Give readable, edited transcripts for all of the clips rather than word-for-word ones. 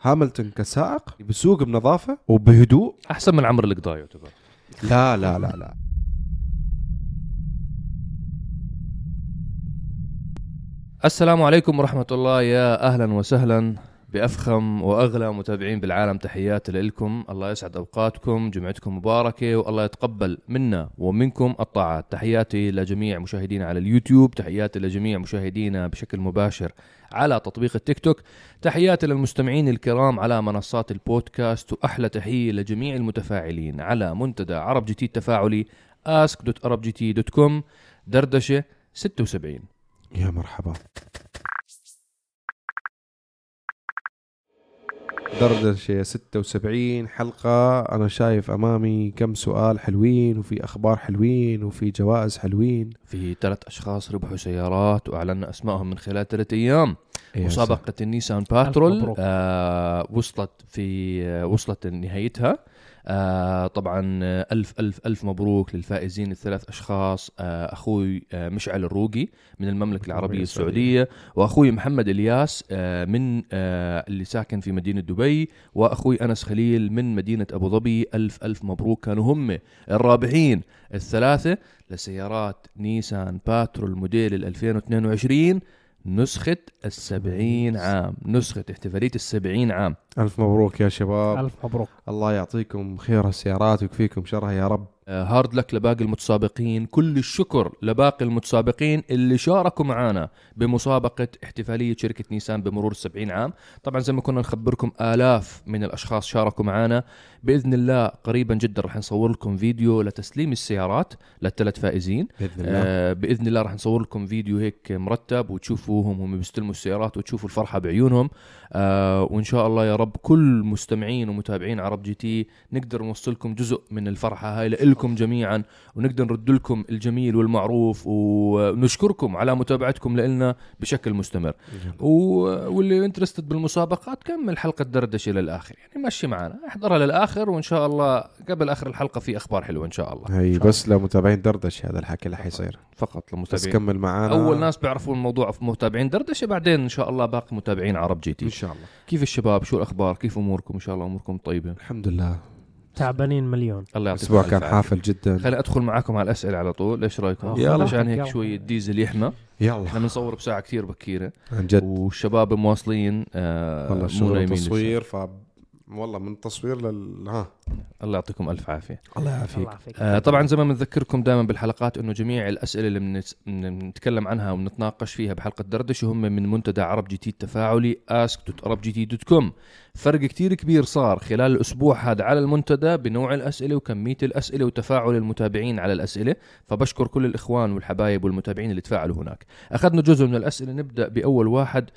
هاملتون كسائق بسوق بنظافة وبهدوء احسن من عمرو القضاي يعتبر. لا لا لا لا. السلام عليكم ورحمة الله، يا أهلا وسهلا بأفخم وأغلى متابعين بالعالم. تحياتي لكم، الله يسعد أوقاتكم، جمعتكم مباركة، والله يتقبل منا ومنكم الطاعات. تحياتي لجميع مشاهدينا على اليوتيوب، تحياتي لجميع مشاهدينا بشكل مباشر على تطبيق التيك توك، تحياتي للمستمعين الكرام على منصات البودكاست، وأحلى تحية لجميع المتفاعلين على منتدى عرب جي تي التفاعلي ask.arabgt.com دردشة 76. يا مرحبا. دردشة 76 حلقة. أنا شايف أمامي كم سؤال حلوين، وفي أخبار حلوين، وفي جوائز حلوين. في 3 أشخاص ربحوا سيارات وأعلنا أسمائهم من خلال 3 أيام. مسابقة النيسان باترول وصلت نهايتها. طبعا ألف مبروك للفائزين ال3 أشخاص. أخوي مشعل الروقي من المملكة العربية السعودية، وأخوي محمد إلياس من اللي ساكن في مدينة دبي، وأخوي أنس خليل من مدينة أبو ظبي. ألف مبروك، كانوا هم الرابحين ال3 لسيارات نيسان باترول موديل 2022 نسخة 70 عام، نسخة احتفالية 70 عام. ألف مبروك يا شباب، ألف مبروك. الله يعطيكم خير السيارات ويكفيكم شرها يا رب. هارد لك لباقي المتسابقين، كل الشكر لباقي المتسابقين اللي شاركوا معنا بمسابقة احتفالية شركة نيسان بمرور 70 عام. طبعا زي ما كنا نخبركم آلاف من الأشخاص شاركوا معنا. بإذن الله قريبا جدا رح نصور لكم فيديو لتسليم السيارات لل3 فائزين بإذن الله. رح نصور لكم فيديو هيك مرتب وتشوفوهم هم بيستلموا السيارات وتشوفوا الفرحة بعيونهم. وإن شاء الله يا رب كل مستمعين ومتابعين عرب جي تي نقدر نوصل لكم جزء من الفرحة هاي لكم جميعا، ونقدر نرد لكم الجميل والمعروف، ونشكركم على متابعتكم لنا بشكل مستمر. واللي انترستد بالمسابقات كمل حلقة دردشة للآخر، يعني مشي معنا، احضرها للآخر، وإن شاء الله قبل آخر الحلقة في أخبار حلوة إن شاء الله. هي بس لمتابعين دردشة هذا الحكي اللي حيصير فقط لمتابعين، بس كمل معانا. أول ناس بيعرفوا الموضوع في متابعين دردشة، بعدين إن شاء الله باقي متابعين عرب جي تي إن شاء الله. كيف الشباب؟ شو الأخبار؟ كيف أموركم؟ إن شاء الله أموركم طيبة الحمد لله. تعبانين مليون. الله يعطيكم الأسبوع كان حافل جدا. خليني أدخل معاكم على الأسئلة على طول، إيش رأيكم؟ يلا. عشان هيك شوي الديزل يحمى. يلا احنا بنصور بساعة كتير بكيرة عن جد، والشباب مواصلين. والله الشغل تصوير والله من التصوير الله يعطيكم ألف عافية. الله يعافيك. طبعا زي ما بنذكركم دائما بالحلقات انه جميع الأسئلة اللي بنتكلم عنها وبنتناقش فيها بحلقة دردشة هم من منتدى عرب جي تي التفاعلي ask.arabgt.com. فرق كتير كبير صار خلال الأسبوع هذا على المنتدى بنوع الأسئلة وكمية الأسئلة وتفاعل المتابعين على الأسئلة، فبشكر كل الإخوان والحبايب والمتابعين اللي تفاعلوا هناك. أخذنا جزء من الأسئلة، نبدأ بأول واحد.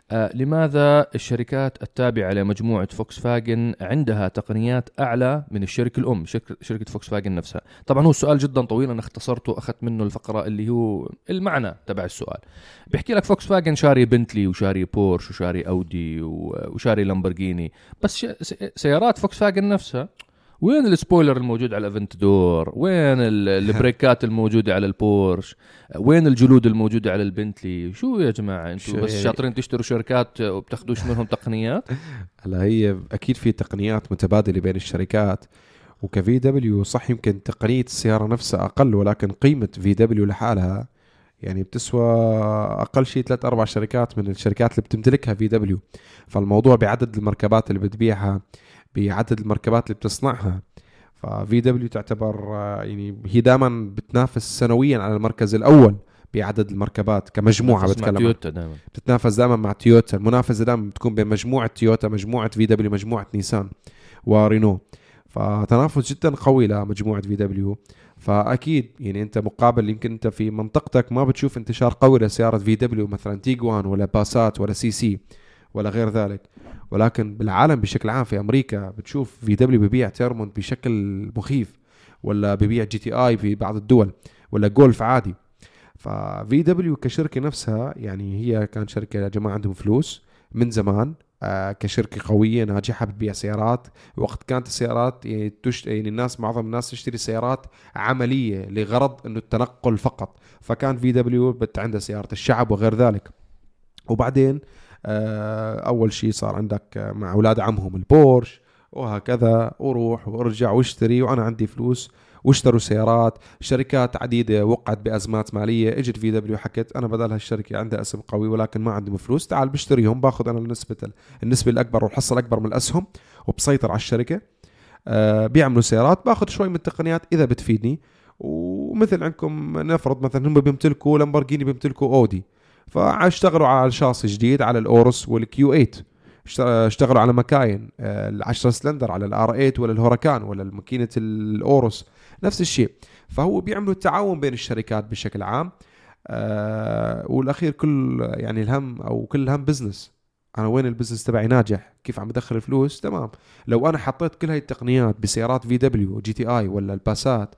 لماذا الشركات التابعة لمجموعة فوكس فاجن عندها تقنيات أعلى من الشركة الأم شركة فوكس فاجن نفسها؟ طبعا هو السؤال جدا طويل، أنا اختصرته أخذت منه الفقرة اللي هو المعنى تبع السؤال. بيحكي لك فوكس فاجن شاري بنتلي وشاري بورش وشاري أودي وشاري لامبورغيني، بس سيارات فوكس فاجن نفسها وين السبويلر الموجود على الافنتدور؟ وين البريكات الموجودة على البورش؟ وين الجلود الموجودة على البنتلي؟ شو يا جماعة انتوا بس شاطرين تشتروا شركات وبتاخدوش منهم تقنيات؟ هلا هي اكيد في تقنيات متبادلة بين الشركات، وكفي دبليو صح يمكن تقنية السيارة نفسها اقل، ولكن قيمة في دبليو لحالها يعني بتسوى اقل شيء 3-4 شركات من الشركات اللي بتمتلكها في دبليو. فالموضوع بعدد المركبات اللي بتبيعها، بعدد المركبات اللي بتصنعها. ففي دبليو تعتبر يعني هي دائما بتنافس سنويا على المركز الأول بعدد المركبات كمجموعة. بتكلم بتتنافس دائما مع تويوتا. المنافسة دائما بتكون بين مجموعة تويوتا، مجموعة في دبليو، مجموعة نيسان ورينو. فتنافس جدا قوي لمجموعة في دبليو. فأكيد يعني أنت مقابل يمكن أنت في منطقتك ما بتشوف انتشار قوي لسيارة في دبليو مثلا تيغوان ولا باسات ولا سي ولا غير ذلك، ولكن بالعالم بشكل عام في أمريكا بتشوف في دبليو ببيع تيرمونت بشكل مخيف، ولا ببيع جي تي آي في بعض الدول، ولا جولف عادي. ففي دبليو كشركة نفسها يعني هي كان شركة يا جماعة عندهم فلوس من زمان، كشركة قوية ناجحة بتبيع سيارات. وقت كانت السيارات يعني الناس معظم الناس تشتري سيارات عملية لغرض إنه التنقل فقط، فكان في دبليو عندها سيارة الشعب وغير ذلك. وبعدين أول شيء صار عندك مع أولاد عمهم البورش وهكذا، وروح وارجع واشتري، وأنا عندي فلوس، واشتروا سيارات. شركات عديدة وقعت بأزمات مالية، اجت في دبليو حكت أنا بدل هالشركة عندها اسم قوي ولكن ما عندهم فلوس، تعال بشتريهم، باخذ أنا النسبة الأكبر والحصة الأكبر من الأسهم وبسيطر على الشركة. بيعملوا سيارات، باخذ شوي من التقنيات إذا بتفيدني. ومثل عندكم نفرض مثلا هم بيمتلكوا لامبورغيني، بيمتلكوا أودي، فاشتغلوا على الشاصي جديد على الأورس والكيو 8، اشتغلوا على مكاين العشرة سلندر على الار 8 ولا الهوراكان ولا الماكينة الأورس، نفس الشيء. فهو بيعملوا التعاون بين الشركات بشكل عام. والأخير كل يعني الهم أو كل الهم بزنس، أنا وين البزنس تبعي ناجح، كيف عم بدخل فلوس، تمام. لو أنا حطيت كل هاي التقنيات بسيارات في دبليو جي تي آي ولا الباسات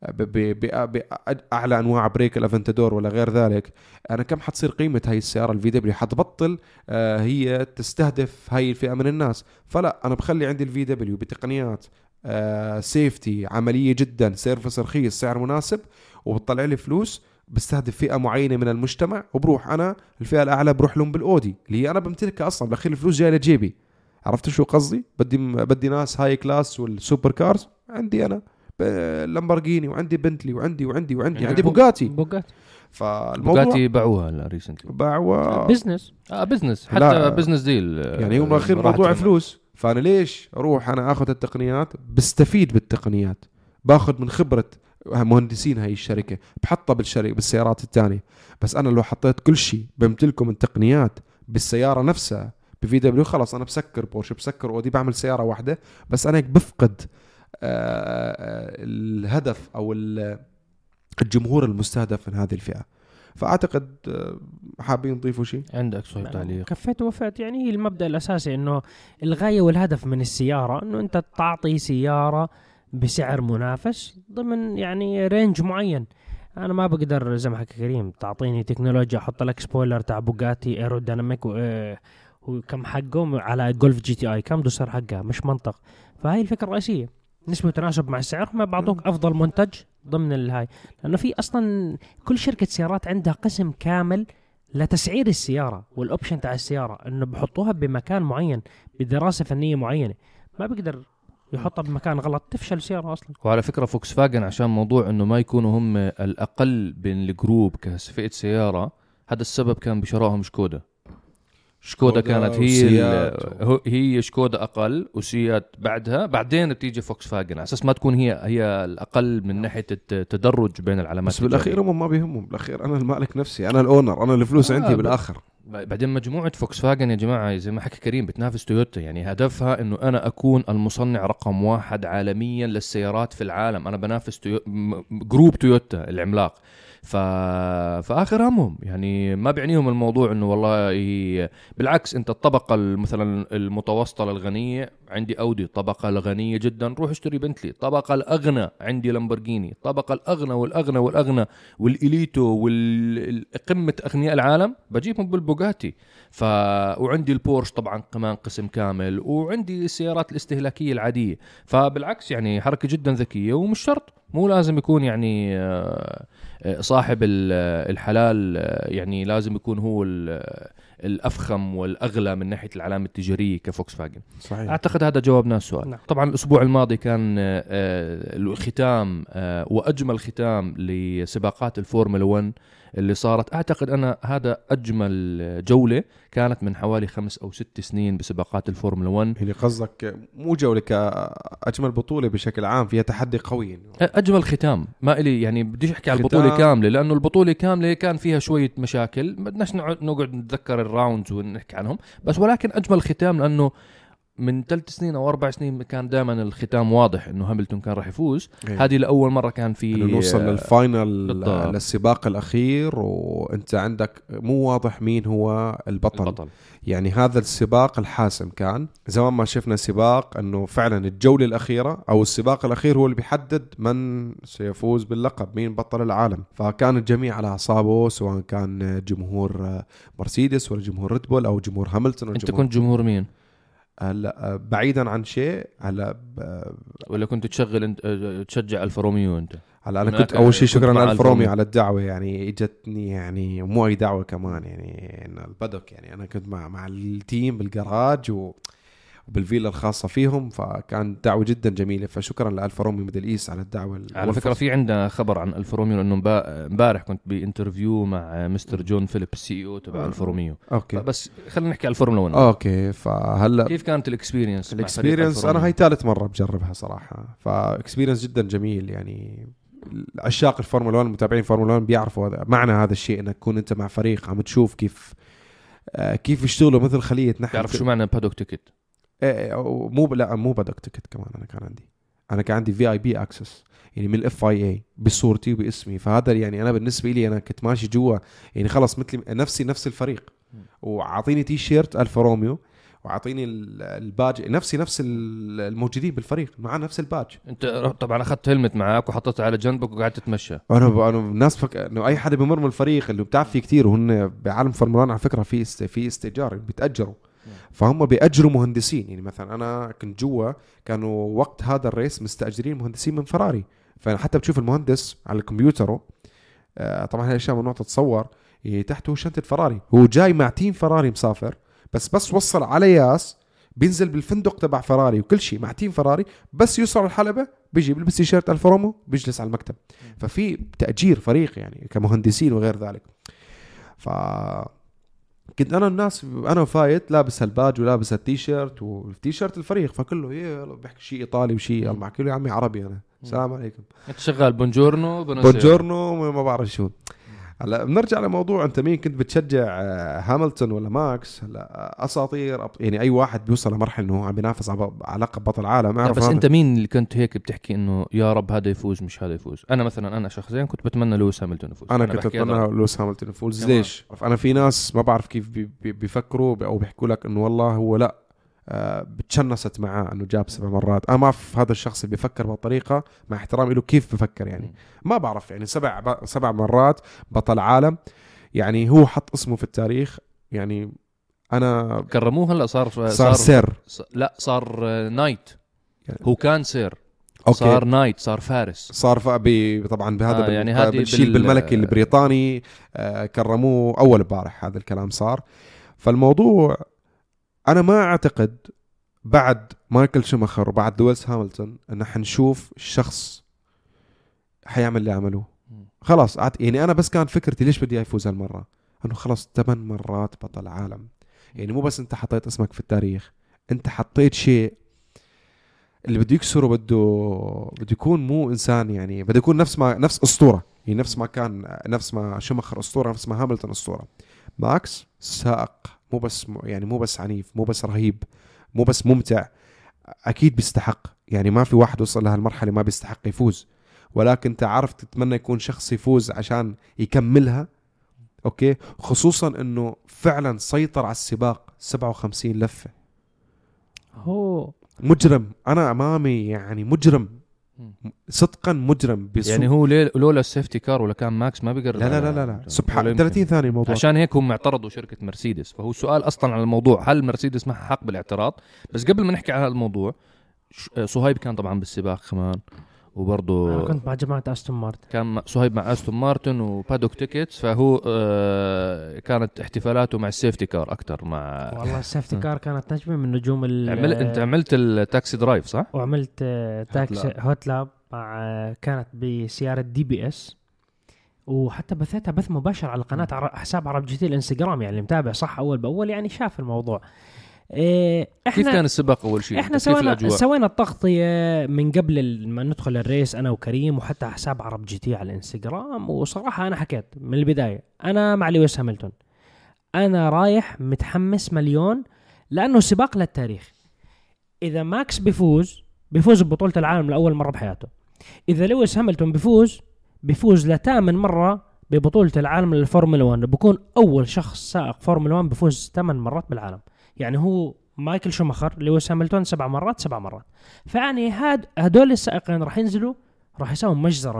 بأعلى أنواع بريك الأفنتادور ولا غير ذلك، أنا كم حتصير قيمة هاي السيارة الفي دبليو؟ حتبطل هي تستهدف هاي الفئة من الناس. فلا، أنا بخلي عندي الفي دبليو بتقنيات سيفتي عملية جدا، سيرفس رخيص، سعر مناسب، وبتطلع لي فلوس، بستهدف فئة معينة من المجتمع، وبروح أنا الفئة الأعلى بروح لهم بالأودي اللي هي أنا بمتلكها أصلا، بالأخير الفلوس جاية لجيبي. عرفت شو قصدي؟ بدي ناس هاي كلاس والسوبر كارز، عندي أنا لامبورغيني وعندي بنتلي وعندي يعني عندي بوغاتي. فالموضوع بوغاتي باعوها ريسنتلي، باعوها بزنس حتى بزنس ديل. يعني يوم الأخير موضوع فلوس. فأنا ليش أروح أنا أخذ التقنيات، بستفيد بالتقنيات، باخذ من خبرة مهندسين هاي الشركة، بحطها بالسيارات الثانية. بس أنا لو حطيت كل شيء بمتلكه من تقنيات بالسيارة نفسها بفي دبليو، خلاص أنا بسكر بورش، بسكر أودي، بعمل سيارة واحدة بس. أنا هيك بفقد الهدف أو الجمهور المستهدف من هذه الفئة. فأعتقد حابين نضيفوا شيء. عندك صوت تعليق؟ كفيت ووفيت. يعني هي المبدأ الأساسي إنه الغاية والهدف من السيارة إنه أنت تعطي سيارة بسعر منافس ضمن يعني رينج معين. أنا ما بقدر زي ما حكى كريم تعطيني تكنولوجيا أحط لك سبويلر تاع بوغاتي ايروديناميك وكم حقه على جولف جي تي آي، كم دوسر حقها، مش منطق. فهي الفكرة الرئيسية، نسبة تناسب مع السعر، ما بعطوك أفضل منتج ضمن الهاي. لأنه في أصلا كل شركة سيارات عندها قسم كامل لتسعير السيارة والأوبشن تاع السيارة، إنه بحطوها بمكان معين بدراسة فنية معينة. ما بقدر يحطها بمكان غلط تفشل السيارة أصلا. وعلى فكرة فوكس فاجن عشان موضوع إنه ما يكونوا هم الأقل بين الجروب كفئة سيارة، هذا السبب كان بشرائهم شكودا كانت هي شكودا أقل، وسيات بعدها، بعدين بتيجي فوكس فاجن على أساس ما تكون هي الأقل من ناحية التدرج بين العلامات. بس بالأخير هم ما بيهمهم، بالأخير أنا المالك نفسي، أنا الأونر، أنا الفلوس عندي بالآخر. بعدين مجموعة فوكس فاجن يا جماعة زي ما حكى كريم بتنافس تويوتا، يعني هدفها إنه أنا أكون المصنع رقم 1 عالميا للسيارات في العالم. أنا بنافس جروب تويوتا العملاق. فآخر همهم يعني ما بيعنيهم الموضوع إنه والله، بالعكس أنت الطبقة مثلا المتوسطة للغنية عندي أودي، الطبقة الغنية جدا روح اشتري بنتلي، الطبقة الأغنى عندي لامبورغيني، الطبقة الأغنى والأغنى والإليتو والقمة أغنياء العالم بجيبهم بالبوغاتي. وعندي البورش طبعا كمان قسم كامل، وعندي السيارات الاستهلاكية العادية. فبالعكس يعني حركة جدا ذكية، ومش شرط مو لازم يكون يعني صاحب الحلال يعني لازم يكون هو الأفخم والأغلى من ناحية العلامة التجارية كفوكس فاجن. صحيح. أعتقد هذا جوابنا السؤال. نعم. طبعا الأسبوع الماضي كان الختام وأجمل ختام لسباقات الفورمولا 1 اللي صارت. أعتقد أنا هذا أجمل جولة كانت من حوالي 5 أو 6 سنين بسباقات الفورمولا 1. اللي قصدك مو جولة كأجمل بطولة بشكل عام فيها تحدي قوي، أجمل ختام. ما إلي يعني بديش أحكي على البطولة كاملة، لأنه البطولة كاملة كان فيها شوية مشاكل، ما بدناش نقعد نتذكر الراوندز ونحكي عنهم، بس ولكن أجمل ختام لأنه من 3 سنين أو 4 سنين كان دائما الختام واضح إنه هاملتون كان راح يفوز. هذه لأول مرة كان في نوصل للفاينل للسباق الأخير وأنت عندك مو واضح مين هو البطل. يعني هذا السباق الحاسم كان زمان ما شفنا سباق أنه فعلا الجولة الأخيرة أو السباق الأخير هو اللي بيحدد من سيفوز باللقب، مين بطل العالم. فكان الجميع على أعصابه، سواء كان جمهور مرسيدس ولا جمهور ريد بول أو جمهور هاملتون. أنت كنت جمهور مين؟ هلا بعيدا عن شيء، هلا ولا كنت تشجع الفا روميو؟ انت هلا انا كنت اول شيء شكرا لألفا روميو على الدعوه، يعني اجتني يعني مو اي دعوه كمان، يعني إن البدوك يعني انا كنت مع التيم بالجراج وبالفيلا الخاصه فيهم، فكان دعوه جدا جميله. فشكرا لألفا روميو ميدل ايست على الدعوه. على فكره في عندنا خبر عن ألفا روميو، لانه امبارح كنت بانترفيو مع مستر جون فيليب السي او تبع ألفا روميو. اوكي بس خلينا نحكي على الفورمولا 1. اوكي فهلا كيف كانت الاكسبيرينس؟ انا هاي ثالث مره بجربها صراحه، فاكسبيرينس جدا جميل. يعني عشاق الفورمولا 1 متابعين فورمولا 1 بيعرفوا معنى هذا الشيء، انك تكون انت مع فريق عم تشوف كيف يشتغلوا مثل خليه نحن. تعرف شو معنى بادوك تيكت؟ مو بدك تكت كمان. انا كان عندي في اي بي اكسس، يعني من الاف اي اي بصورتي وباسمي. فهذا يعني انا بالنسبه لي انا كنت ماشي جوا، يعني خلص مثل نفس الفريق، وعاطيني تي شيرت ألفا روميو، وعاطيني الباج نفس الموجودين بالفريق مع نفس الباج. انت طبعا اخذت هلمت معك وحطيتها على جنبك وقعدت تتمشى. انا الناس انه اي حدا بمر من الفريق اللي بتعرف فيه كتير، وهن بعالم فورمولا 1 على فكره في استئجار بيتاجروا، فهم بيأجروا مهندسين. يعني مثلا أنا كنت جوا، كانوا وقت هذا الريس مستأجرين مهندسين من فراري، فحتى بتشوف المهندس على الكمبيوتر طبعا هالأشياء ممنوع تتصور، تحته شنطة فراري، هو جاي مع تيم فراري مسافر، بس وصل على ياس بينزل بالفندق تبع فراري وكل شيء مع تيم فراري، بس يوصل الحلبة بيجي بيلبس تيشيرت ألفا روميو بيجلس على المكتب. ففي تأجير فريق يعني كمهندسين وغير ذلك. كنت انا الناس انا فايت لابس هالباج ولابس التيشيرت والتيشيرت الفريق، فكله يلا بحكي شيء ايطالي وشيء بحكي له يا عمي عربي انا السلام عليكم انت شغال بونجورنو ما بعرف شو. هلا بنرجع لموضوع انت مين كنت بتشجع، هاملتون ولا ماكس؟ هلا اساطير يعني اي واحد بيوصل لمرحله انه عم بينافس على لقب بطل عالم. بس انت مين اللي كنت هيك بتحكي انه يا رب هذا يفوز مش هذا يفوز؟ انا مثلا انا شخصيا كنت بتمنى لويس هاملتون يفوز. انا كنت اتمنى لويس هاملتون يفوز. ليش؟ انا في ناس ما بعرف كيف بيفكروا او بيحكوا لك انه والله هو لا بتشنست معاه انه جاب 7 مرات. انا ما اعرف هذا الشخص اللي بيفكر بهالطريقه، مع احترامي له كيف بفكر يعني ما بعرف. يعني 7 مرات بطل عالم، يعني هو حط اسمه في التاريخ. يعني انا كرموه هلا صار سير. لا صار نايت يعني هو كان سير أوكي. صار نايت صار فارس صار طبعا بهذا يعني هذه بالشيل بالملكي البريطاني كرموه اول امبارح هذا الكلام صار. فالموضوع أنا ما أعتقد بعد مايكل شوماخر وبعد لويس هاملتون أن حنشوف الشخص حيعمل اللي عمله. خلاص يعني أنا بس كان فكرتي ليش بدي يفوز هالمرة، أنه خلاص 8 مرات بطل عالم. يعني مو بس أنت حطيت اسمك في التاريخ، أنت حطيت شيء اللي بده يكسره بده يكون مو إنسان، يعني بده يكون نفس أسطورة. يعني نفس ما شوماخر أسطورة، نفس ما هاملتون أسطورة. ماكس سائق مو بس عنيف، مو بس رهيب، مو بس ممتع، أكيد بيستحق. يعني ما في واحد وصل لهالمرحلة ما بيستحق يفوز، ولكن أنت عارف تتمنى يكون شخص يفوز عشان يكملها. أوكي، خصوصا أنه فعلا سيطر على السباق 57 لفة. هو مجرم، أنا أمامي يعني مجرم صدقا مجرم يعني هو لولا السيفتي كار ولا كان ماكس ما بيقرر. لا سبحان 30 ثانية الموضوع. عشان هيك هم اعترضوا شركة مرسيدس. فهو السؤال أصلا على الموضوع هل مرسيدس معها حق بالاعتراض؟ بس قبل ما نحكي على هذا الموضوع، صهيب كان طبعا بالسباق كمان، وبرضه أنا كنت مع جماعة أستون مارتن. كان صهيب مع أستون مارتن وبادوك تيكتس. فهو كانت احتفالاته مع السيفتي كار أكتر. مع والله السيفتي كار كانت نجمة من نجوم أنت عملت التاكسي درايف صح؟ وعملت تاكسي هوت لاب مع كانت بسيارة DBS، وحتى بثيتها بث مباشر على قناة حساب عرب جي تي الانستغرام. يعني اللي متابع صح أول بأول يعني شاف الموضوع. كيف كان السباق أول شيء؟ احنا سوينا التغطية من قبل ما ندخل الريس أنا وكريم، وحتى حساب عرب جي تي على الانستغرام. وصراحة أنا حكيت من البداية أنا مع لويس هاملتون، أنا رايح متحمس مليون، لأنه سباق للتاريخ. إذا ماكس بيفوز ببطولة العالم لأول مرة بحياته. إذا لويس هاملتون بيفوز لثامن مرة ببطولة العالم للفورمولا 1، بيكون أول شخص سائق فورمولا 1 بيفوز 8 مرات بالعالم. يعني هو مايكل شوماخر، لويس هاملتون 7 مرات. فيعني هدول السائقين راح ينزلوا، راح يسووا مجزرة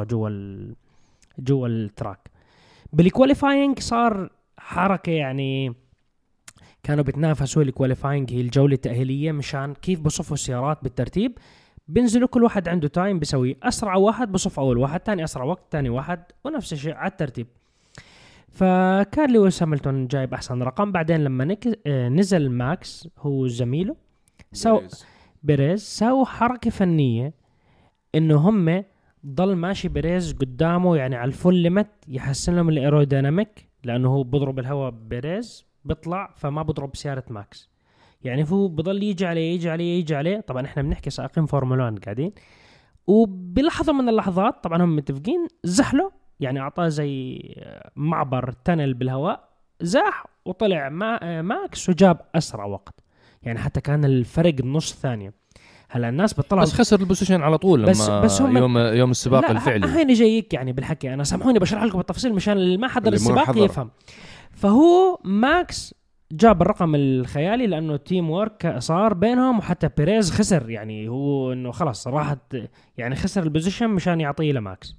جوا التراك. بالكواليفاينج صار حركة، يعني كانوا بيتنافسوا. الكواليفاينج هي الجولة التأهيلية مشان كيف بصفوا السيارات بالترتيب. بينزلوا كل واحد عنده تايم بيسوي أسرع واحد بصف أول واحد، تاني أسرع وقت تاني واحد، ونفس الشيء على الترتيب. فكان لويس هاملتون جايب أحسن رقم. بعدين لما نزل ماكس هو زميله بيريز سووا حركة فنية إنه هم ضل ماشي بيريز قدامه يعني على الفول ليمت يحسن لهم الإيروديناميك، لأنه هو بضرب الهواء بيريز بيطلع فما بضرب سيارة ماكس. يعني هو بضل يجي عليه. طبعا احنا بنحكي سائقين فورمولا 1 قاعدين، وبلحظة من اللحظات طبعا هم متفقين زحله، يعني أعطاه زي معبر تنل بالهواء، زاح وطلع ماكس وجاب أسرع وقت. يعني حتى كان الفرق نص ثانية. هلا الناس بتطلع بس خسر البوزيشن على طول لما بس يوم السباق الفعلي. هيني جايك يعني بالحكي، أنا سامحوني بشرح لكم بالتفصيل مشان اللي ما حضر السباق يفهم. فهو ماكس جاب الرقم الخيالي لأنه تيم وورك صار بينهم، وحتى بيريز خسر، يعني هو إنه خلاص راحت يعني خسر البوزيشن مشان يعطيه لماكس.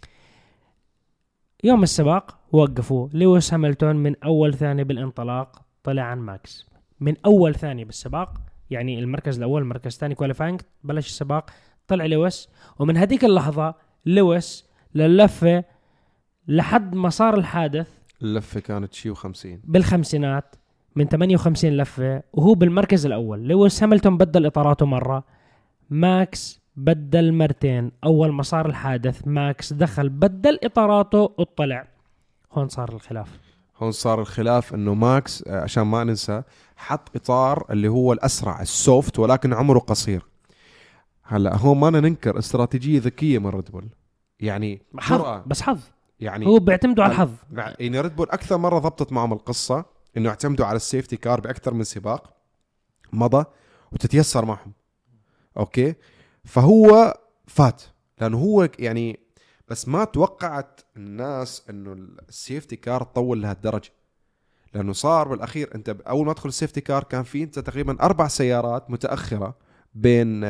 يوم السباق وقفوا لويس هاملتون من أول ثانية بالانطلاق طلع عن ماكس من أول ثانية بالسباق، يعني المركز الأول مركز ثاني كواليفاينج بلش السباق طلع لويس. ومن هذيك اللحظة لويس للفة لحد ما صار الحادث، اللفة كانت شيء 50 بالخمسينات من 58 لفة وهو بالمركز الأول. لويس هاملتون بدل إطاراته مرة، ماكس بدل مرتين. أول ما صار الحادث ماكس دخل بدل إطاراته وطلع. هون صار الخلاف إنه ماكس عشان ما ننسى حط إطار اللي هو الأسرع السوفت ولكن عمره قصير. هلا هون ما ننكر استراتيجية ذكية من ريد بول، يعني بس حظ، يعني هو بيعتمدوا على الحظ. يعني ريد بول أكثر مرة ضبطت معهم القصة إنه يعتمدوا على السيفتي كار بأكثر من سباق مضى وتتيسر معهم. أوكي، فهو فات لأنه هو يعني، بس ما توقعت الناس إنه السيفتي كار تطول لهالدرجة، لأنه صار بالأخير أنت أول ما تدخل السيفتي كار كان في أنت تقريبا 4 سيارات متأخرة بين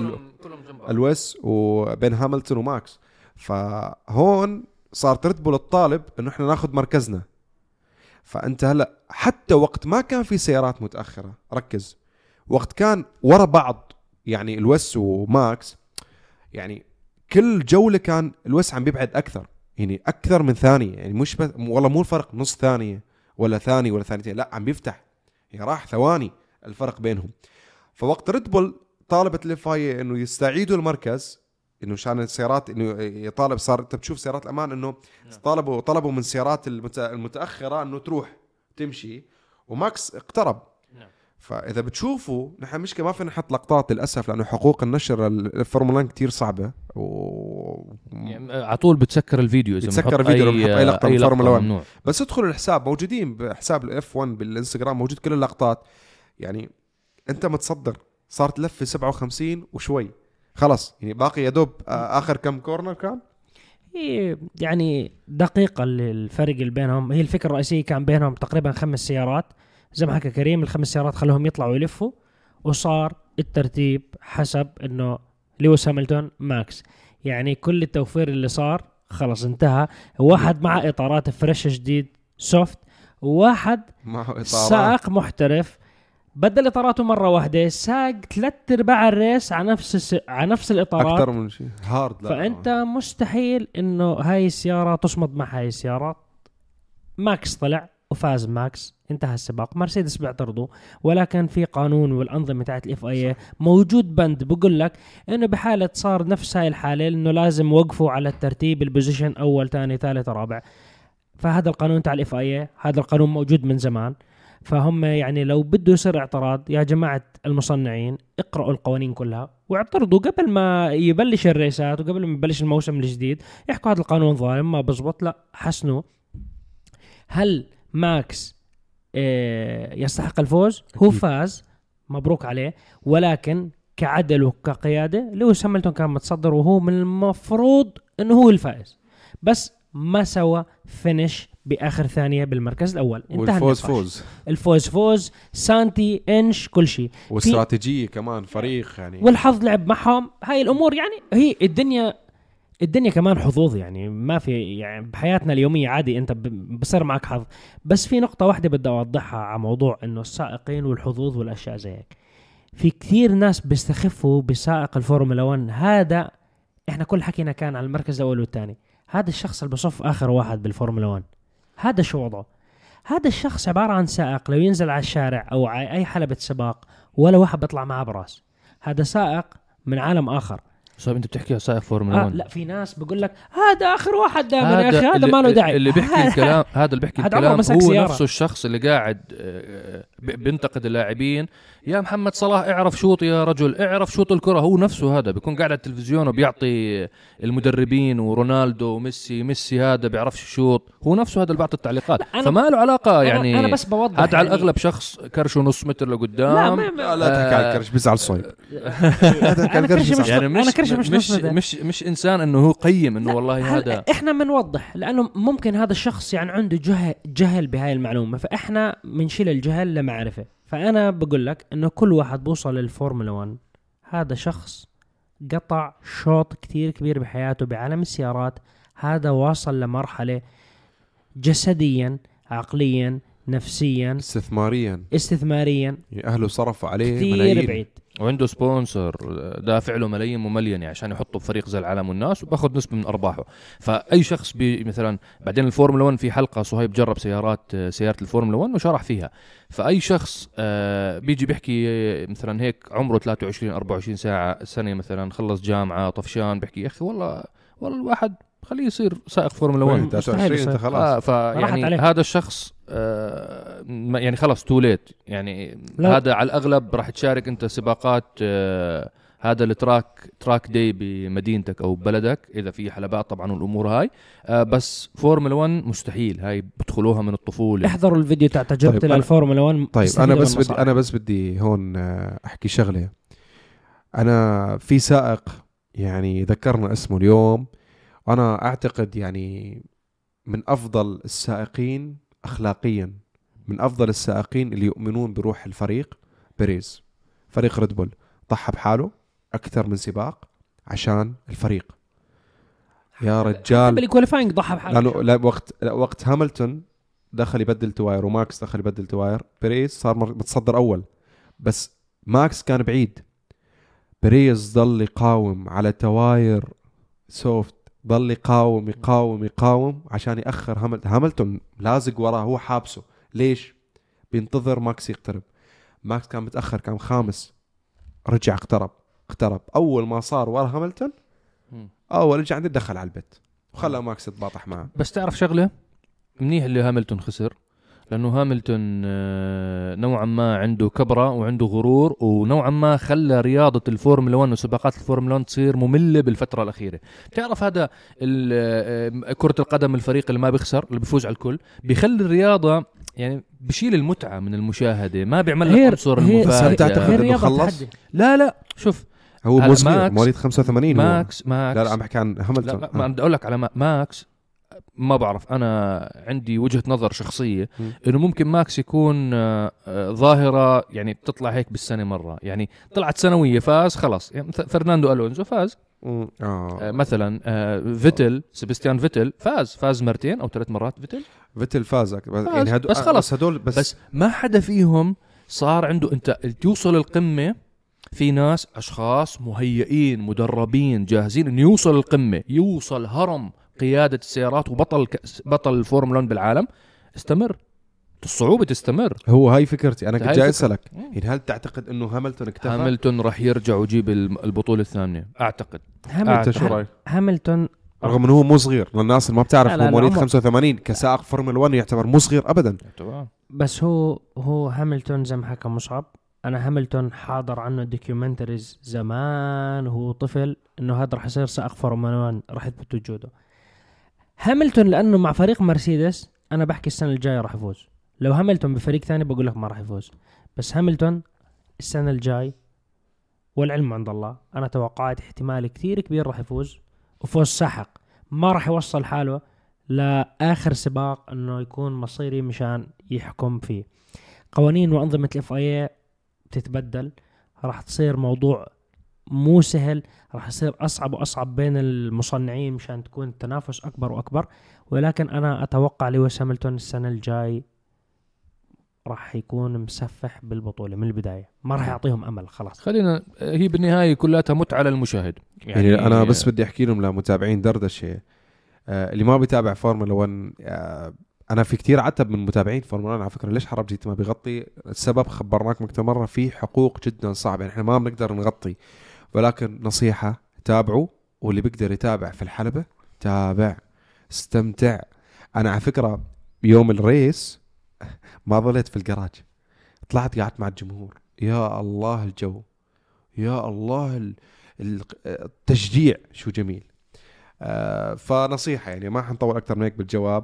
الويس وبين هاملتون وماكس. فهون صار ريد بول الطالب إنه إحنا ناخد مركزنا. فأنت هلأ حتى وقت ما كان في سيارات متأخرة، ركز، وقت كان ورا بعض يعني الويس وماكس، يعني كل جولة كان الويس عم بيبعد أكثر، يعني أكثر من ثانية، يعني مش بس والله مو الفرق نص ثانية ولا ثانية ولا ثانيتين، لا عم بيفتح، يعني راح ثواني الفرق بينهم. فوقت ريد بول طالبت الفاية إنه يستعيدوا المركز، إنه شان السيارات إنه يطالب، صار أنت بتشوف سيارات الأمان إنه طلبوا من السيارات المتأخرة إنه تروح تمشي، وماكس اقترب. فإذا بتشوفوا نحن مشكلة ما فينا نحط لقطات للأسف لأنه حقوق النشر الفورمولا كتير صعبة يعني على طول بتسكر الفيديو إذا بتسكر الفيديو لما نحط أي لقطة من فورمولا 1. بس ادخلوا الحساب موجودين بحساب الF1 بالإنستغرام موجود كل اللقطات. يعني أنت متصدر صارت لفة 57 وشوي خلاص، يعني باقي يدوب آخر كم كورنر كان يعني دقيقة الفرق اللي بينهم. هي الفكرة الرئيسية كان بينهم تقريبا 5 سيارات زي ما حكى كريم. ال5 سيارات خلوهم يطلعوا يلفوا، وصار الترتيب حسب انه لويس هاملتون ماكس. يعني كل التوفير اللي صار خلص انتهى. واحد مع اطارات فريش جديد سوفت، وواحد سائق محترف بدل اطاراته مرة واحدة، ساق 3/4 الريس على نفس الاطارات اكثر من شيء هارد. فانت مستحيل انه هاي السيارة تصمد مع هاي السيارات. ماكس طلع وفاز ماكس، انتهى السباق. مرسيدس بيعترضوا، ولكن في قانون والأنظمة تاعت الFIA موجود بند بقول لك انه بحالة صار نفس هاي الحالة انه لازم وقفوا على الترتيب البوزيشن اول ثاني ثالث رابع. فهذا القانون تاع الFIA، هذا القانون موجود من زمان. فهم يعني لو بده يصير اعتراض، يا جماعة المصنعين اقرأوا القوانين كلها واعترضوا قبل ما يبلش الريسات وقبل ما يبلش الموسم الجديد. يحكوا هذا القانون ظالم ما بزبط، لا حسنوا. هل ماكس يستحق الفوز؟ هو فاز، مبروك عليه، ولكن كعدل وكقيادة لويس هاملتون كان متصدر وهو من المفروض انه هو الفائز، بس ما سوى فينش بآخر ثانية بالمركز الأول. الفوز فوز سانتي انش كل شيء، واستراتيجية كمان فريق يعني، والحظ لعب معهم. هاي الأمور يعني هي الدنيا كمان حظوظ، يعني ما في يعني بحياتنا اليومية عادي انت بصير معك حظ. بس في نقطة واحدة بدي أوضحها على موضوع انه السائقين والحظوظ والأشياء زي هيك. في كثير ناس بيستخفوا بسائق الفورمولا 1. هذا احنا كل حكينا كان على المركز الاول والثاني. هذا الشخص اللي بصف اخر واحد بالفورمولا 1 هذا شو وضعه؟ هذا الشخص عبارة عن سائق لو ينزل على الشارع او على اي حلبة سباق ولا واحد بيطلع معه براس. هذا سائق من عالم اخر. صار انت بتحكي على سائق فورمولا 1. لا في ناس بقول لك هذا اخر واحد دائما يا اخي هذا ما له داعي. اللي بيحكي الكلام هذا اللي بيحكي الكلام هو سيارة. نفسه الشخص اللي قاعد بينتقد اللاعبين. يا محمد صلاح اعرف شوط يا رجل، اعرف شوط الكرة. هو نفسه هذا بيكون قاعد على التلفزيون وبيعطي المدربين ورونالدو وميسي هذا بيعرفش شوط. هو نفسه هذا اللي بيعطي التعليقات. فما له علاقة يعني. أنا بس بوضح هذا يعني على الأغلب شخص كرشه نص متر لقدام. لا تحكي على الكرش بيزعل صويب. يعني مش إنسان إنه هو قيم إنه والله هذا. إحنا بنوضح لأنه ممكن هذا الشخص يعني عنده جهل بهاي المعلومة، فإحنا بنشيل الجهل لمعرفة. فأنا بقول لك إنه كل واحد بوصل للفورمولا 1 هذا شخص قطع شوط كتير كبير بحياته بعالم السيارات. هذا واصل لمرحلة جسديا عقليا نفسيا استثماريا أهله صرفوا عليه كتير ملايين بعيد، وعنده سبونسر دافع له ملايين ومليون عشان يحطه بفريق زي العالم والناس وباخذ نسبة من أرباحه. فأي شخص مثلا بعدين الفورمولا 1 في حلقة صهيب جرب سيارة الفورمولا 1 وشرح فيها. فأي شخص بيجي بيحكي مثلا هيك عمره 23-24 سنة مثلا خلص جامعة طفشان بيحكي يا أخي والله الواحد خليه يصير سائق فورمولا 1 23 خلاص. فيعني هذا الشخص يعني خلاص توليت يعني. هذا على الأغلب راح تشارك أنت سباقات هذا التراك داي بمدينتك أو بلدك إذا في حلبات طبعا والأمور هاي. بس فورمولا 1 مستحيل، هاي بدخلوها من الطفولة. احضروا الفيديو تاع تجربتي للفورمولا 1. طيب أنا بس بدي هون أحكي شغلة. أنا في سائق يعني ذكرنا اسمه اليوم، أنا أعتقد يعني من أفضل السائقين أخلاقيا، من أفضل السائقين اللي يؤمنون بروح الفريق. بيريز فريق ريد بول ضحى بحاله أكثر من سباق عشان الفريق يا رجال. بالكواليفاينج ضحى بحاله. لا وقت هاملتون دخل يبدل تواير وماكس دخل يبدل تواير، بيريز صار متصدر أول بس ماكس كان بعيد. بيريز ضل يقاوم على تواير سوفت، ضل يقاوم عشان يأخر هاملتون لازق وراه هو حابسه. ليش؟ بينتظر ماكس يقترب. ماكس كان متأخر، كان خامس، رجع اقترب أول ما صار ورا هاملتون أول رجع عنده دخل على البيت وخلى ماكس يتباطح معه. بس تعرف شغلة منيح اللي هاملتون خسر، لأنه هاملتون نوعا ما عنده كبرة وعنده غرور، ونوعا ما خلى رياضة الفورمولا 1 وسباقات الفورمولا 1 تصير مملة بالفترة الأخيرة. تعرف هذا كرة القدم الفريق اللي ما بيخسر اللي بيفوز على الكل بيخلي الرياضة يعني بيشيل المتعة من المشاهدة، ما بيعمل لك عنصر المفاجأة. تعتقد إنه خلص؟ لا شوف هو مصغير مواليد 85. ماكس لا عم بحكي عن هاملتون. لا ما بدي أقول لك على ماكس. ما بعرف، أنا عندي وجهة نظر شخصية إنه ممكن ماكس يكون ظاهرة يعني بتطلع هيك بالسنة مرة، يعني طلعت سنوية فاز خلاص. يعني فرناندو ألونزو فاز مثلا، سيباستيان فيتل فاز مرتين أو 3 مرات. فيتل فاز يعني بس خلاص هدول بس ما حدا فيهم صار عنده. أنت توصل القمة في ناس أشخاص مهيئين مدربين جاهزين إنه يوصل القمة، يوصل هرم قيادة السيارات وبطل الفورمولا 1 بالعالم. استمر، الصعوبة تستمر. هو هاي فكرتي أنا كنت جاي أسألك يعني هل تعتقد إنه هاملتون اكتفى؟ هاملتون راح يرجع ويجيب البطولة الثانية أعتقد. شو رأيك؟ هاملتون رغم إنه هو مو صغير للناس اللي ما بتعرف، هو مواليد 85 كسائق فورمولا 1 يعتبر مو صغير أبدا. بس هو هاملتون زي ما حكى مصعب، أنا هاملتون حاضر عنه دوكيومنتريز زمان وهو طفل إنه هذا راح يصير سائق فورمولا 1 راح يثبت وجوده. هاملتون لأنه مع فريق مرسيدس أنا بحكي السنة الجاية راح يفوز. لو هاملتون بفريق ثاني بقول لك ما راح يفوز، بس هاملتون السنة الجاي والعلم عند الله أنا توقعت احتمال كثير كبير راح يفوز وفوز ساحق. ما راح يوصل حاله لآخر سباق إنه يكون مصيري مشان يحكم فيه. قوانين وأنظمة الFIA بتتبدل، راح تصير موضوع مو سهل، راح يصير أصعب وأصعب بين المصنعين مشان تكون التنافس أكبر وأكبر. ولكن أنا أتوقع لويس هاملتون السنة الجاي راح يكون مسفح بالبطولة من البداية، ما راح يعطيهم أمل خلاص. خلينا هي بالنهاية كلها متعة للمشاهد. يعني أنا بس بدي أحكي لهم لمتابعين دردشة اللي ما بيتابع فورمولا 1، أنا في كتير عتب من متابعين فورمولا 1 على فكرة ليش حرب جيت ما بيغطي. السبب خبرناكم أكثر مرة، في حقوق جدا صعبة، يعني إحنا ما بنقدر نغطي، ولكن نصيحة تابعوا، واللي بيقدر يتابع في الحلبة تابع، استمتع. أنا على فكرة يوم الريس ما ظليت في الجراج، طلعت قعدت مع الجمهور، يا الله الجو، يا الله التشجيع شو جميل. فنصيحة يعني ما حنطول أكتر من هيك بالجواب.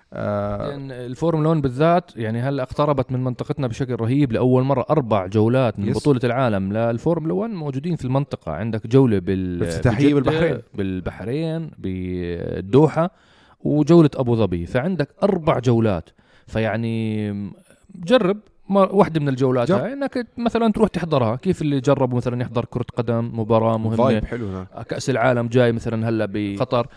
لأن الفورمولا 1 بالذات يعني هلا اقتربت من منطقتنا بشكل رهيب. لأول مرة 4 جولات من بطولة العالم للفورمولا 1 موجودين في المنطقة. عندك جولة بالافتتاحية بالبحرين بالدوحة وجولة أبو ظبي، فعندك 4 جولات. فيعني جرب واحدة من الجولات هاي انك مثلا تروح تحضرها. كيف اللي جربوا مثلا يحضر كرة قدم مباراة مهمة، كأس العالم جاي مثلا هلا بقطر،